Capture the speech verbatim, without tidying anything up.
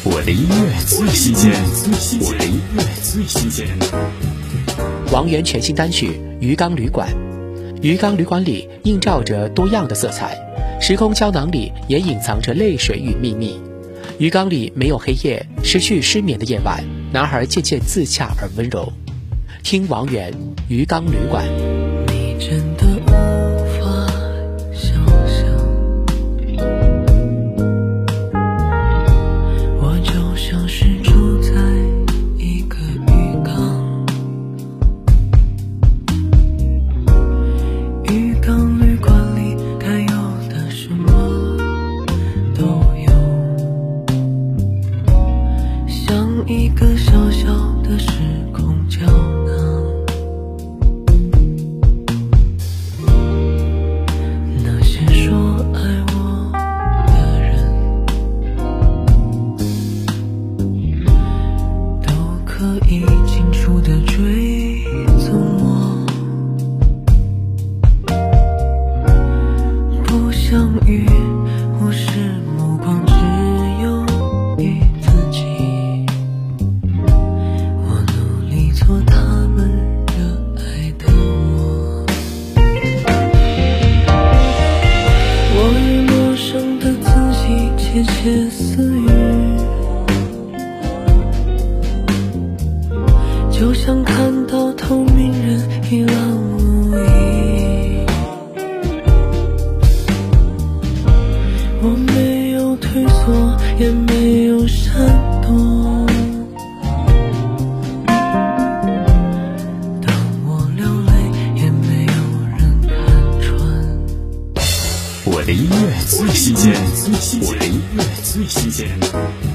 我的音乐最新鲜，我的音乐最新鲜。 王源全新单曲《鱼缸旅馆》，鱼缸旅馆里映照着多样的色彩，时空胶囊里也隐藏着泪水与秘密。鱼缸里没有黑夜，失去失眠的夜晚，男孩渐渐自洽而温柔。听王源《鱼缸旅馆》。 你真的无法想象，我就像是住在一个鱼缸，鱼缸旅馆里该有的什么都有，像一个小小的时空胶囊。可以清楚地追踪我，不相遇，忽视目光，只有于自己。我努力做他们热爱的我，我与陌生的自己窃窃私语，就像看到透明人一览无遗。我没有退缩，也没有闪躲，当我流泪，也没有人看穿。 我的音乐最新鲜，我的音乐最新鲜。